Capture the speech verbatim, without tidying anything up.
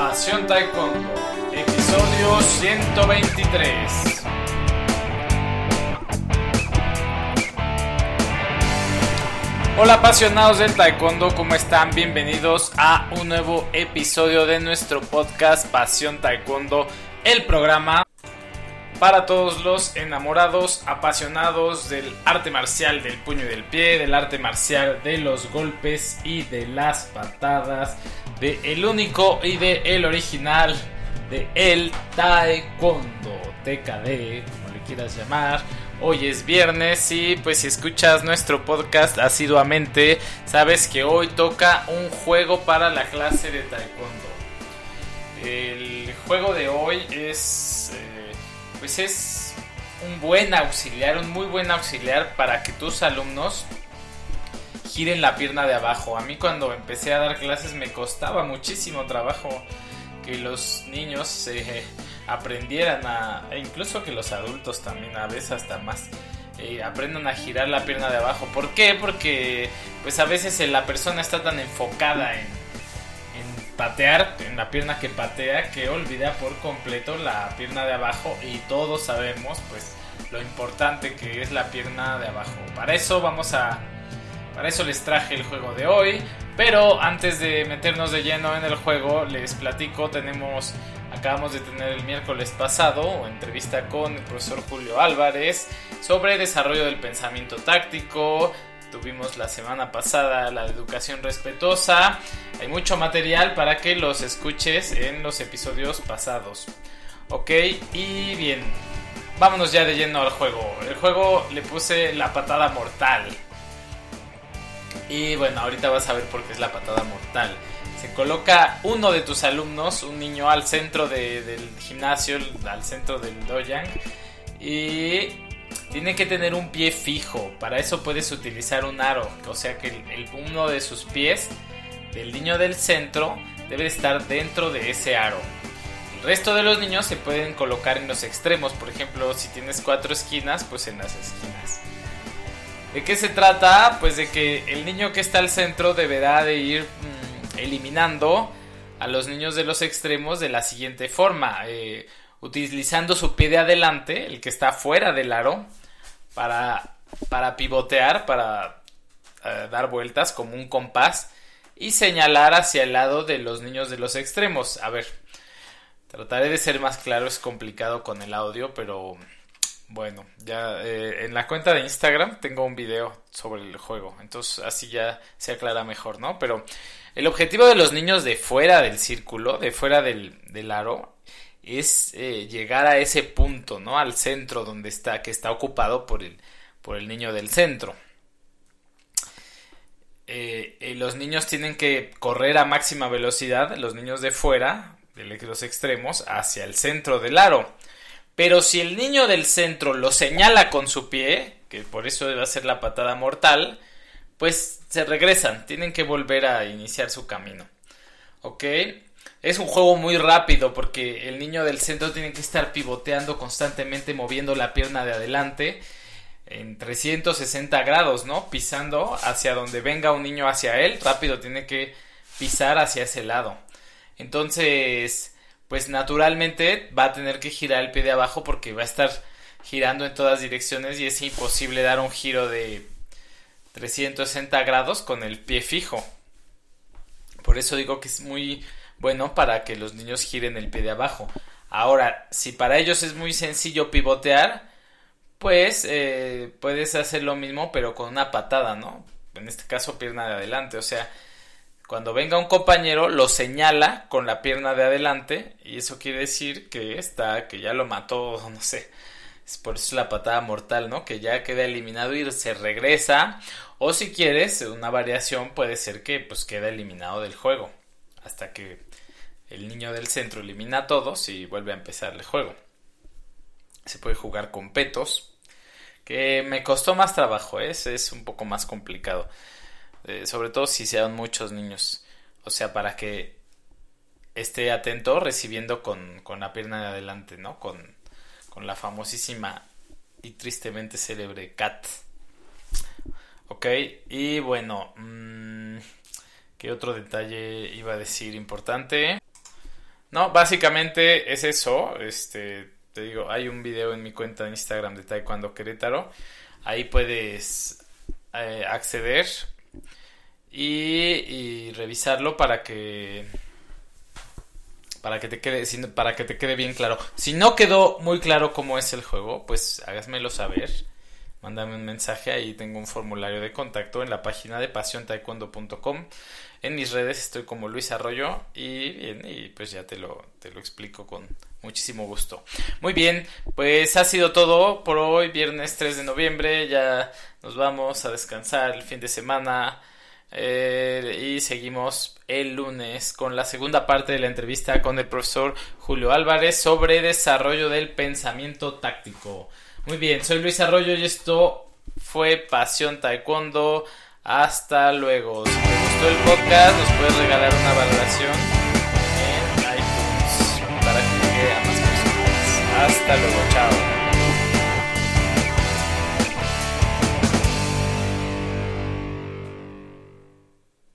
Pasión Taekwondo, episodio ciento veintitrés. Hola apasionados del Taekwondo, ¿cómo están? Bienvenidos a un nuevo episodio de nuestro podcast Pasión Taekwondo, el programa para todos los enamorados, apasionados del arte marcial del puño y del pie, del arte marcial de los golpes y de las patadas, de el único y de el original de el Taekwondo, T K D, como le quieras llamar. Hoy es viernes y pues si escuchas nuestro podcast asiduamente, sabes que hoy toca un juego para la clase de Taekwondo. El juego de hoy es... Eh, pues es un buen auxiliar, un muy buen auxiliar para que tus alumnos giren la pierna de abajo. A mí cuando empecé a dar clases me costaba muchísimo trabajo que los niños eh, aprendieran a, e incluso que los adultos también, a veces hasta más, eh, aprendan a girar la pierna de abajo. ¿Por qué? Porque pues a veces la persona está tan enfocada en patear, en la pierna que patea, que olvida por completo la pierna de abajo, y todos sabemos pues lo importante que es la pierna de abajo. Para eso vamos a para eso les traje el juego de hoy, pero antes de meternos de lleno en el juego les platico. Tenemos acabamos de tener el miércoles pasado entrevista con el profesor Julio Álvarez sobre desarrollo del pensamiento táctico. Tuvimos la semana pasada la educación respetuosa. Hay mucho material para que los escuches en los episodios pasados. Ok, y bien, vámonos ya de lleno al juego. El juego le puse la patada mortal. Y bueno, ahorita vas a ver por qué es la patada mortal. Se coloca uno de tus alumnos, un niño, al centro de, del gimnasio, al centro del doujang, y tiene que tener un pie fijo. Para eso puedes utilizar un aro. O sea que el, el, uno de sus pies, del niño del centro, debe estar dentro de ese aro. El resto de los niños se pueden colocar en los extremos. Por ejemplo, si tienes cuatro esquinas, pues en las esquinas. ¿De qué se trata? Pues de que el niño que está al centro deberá de ir mmm, eliminando a los niños de los extremos de la siguiente forma. Eh, utilizando su pie de adelante, el que está fuera del aro, para, para pivotear, para uh, dar vueltas como un compás y señalar hacia el lado de los niños de los extremos. A ver, trataré de ser más claro, es complicado con el audio, pero bueno, ya eh, en la cuenta de Instagram tengo un video sobre el juego, entonces así ya se aclara mejor, ¿no? Pero el objetivo de los niños de fuera del círculo, de fuera del, del aro, es eh, llegar a ese punto, ¿no? Al centro donde está, que está ocupado por el, por el niño del centro. Eh, eh, los niños tienen que correr a máxima velocidad, los niños de fuera, de los extremos, hacia el centro del aro. Pero si el niño del centro lo señala con su pie, que por eso va a ser la patada mortal, pues se regresan, tienen que volver a iniciar su camino. ¿Ok? Es un juego muy rápido porque el niño del centro tiene que estar pivoteando constantemente, moviendo la pierna de adelante en trescientos sesenta grados, ¿no? Pisando hacia donde venga un niño hacia él, rápido tiene que pisar hacia ese lado. Entonces, pues naturalmente va a tener que girar el pie de abajo porque va a estar girando en todas direcciones y es imposible dar un giro de trescientos sesenta grados con el pie fijo. Por eso digo que es muy bueno para que los niños giren el pie de abajo. Ahora, si para ellos es muy sencillo pivotear, pues eh, puedes hacer lo mismo pero con una patada, ¿no? En este caso pierna de adelante. O sea, cuando venga un compañero lo señala con la pierna de adelante y eso quiere decir que está, que ya lo mató, no sé. Es por eso la patada mortal, ¿no? Que ya queda eliminado y se regresa. O si quieres, una variación puede ser que pues queda eliminado del juego hasta que el niño del centro elimina a todos y vuelve a empezar el juego. Se puede jugar con petos, que me costó más trabajo, ¿eh? Es un poco más complicado, eh, sobre todo si sean muchos niños, o sea, para que esté atento recibiendo con, con la pierna de adelante, ¿no? Con, con la famosísima y tristemente célebre cat. Ok, y bueno, mmm, ¿qué otro detalle iba a decir importante? No, básicamente es eso. Este, te digo, hay un video en mi cuenta de Instagram de Taekwondo Querétaro. Ahí puedes eh, acceder y, y revisarlo para que para que te quede para que te quede bien claro. Si no quedó muy claro cómo es el juego, pues hágasmelo saber. Mándame un mensaje, ahí tengo un formulario de contacto en la página de pasión taekwondo punto com. En mis redes estoy como Luis Arroyo y bien, y pues ya te lo, te lo explico con muchísimo gusto. Muy bien, pues ha sido todo por hoy, viernes tres de noviembre, ya nos vamos a descansar el fin de semana eh, y seguimos el lunes con la segunda parte de la entrevista con el profesor Julio Álvarez sobre desarrollo del pensamiento táctico. Muy bien, soy Luis Arroyo y esto fue Pasión Taekwondo. Hasta luego. Si te gustó el podcast, nos puedes regalar una valoración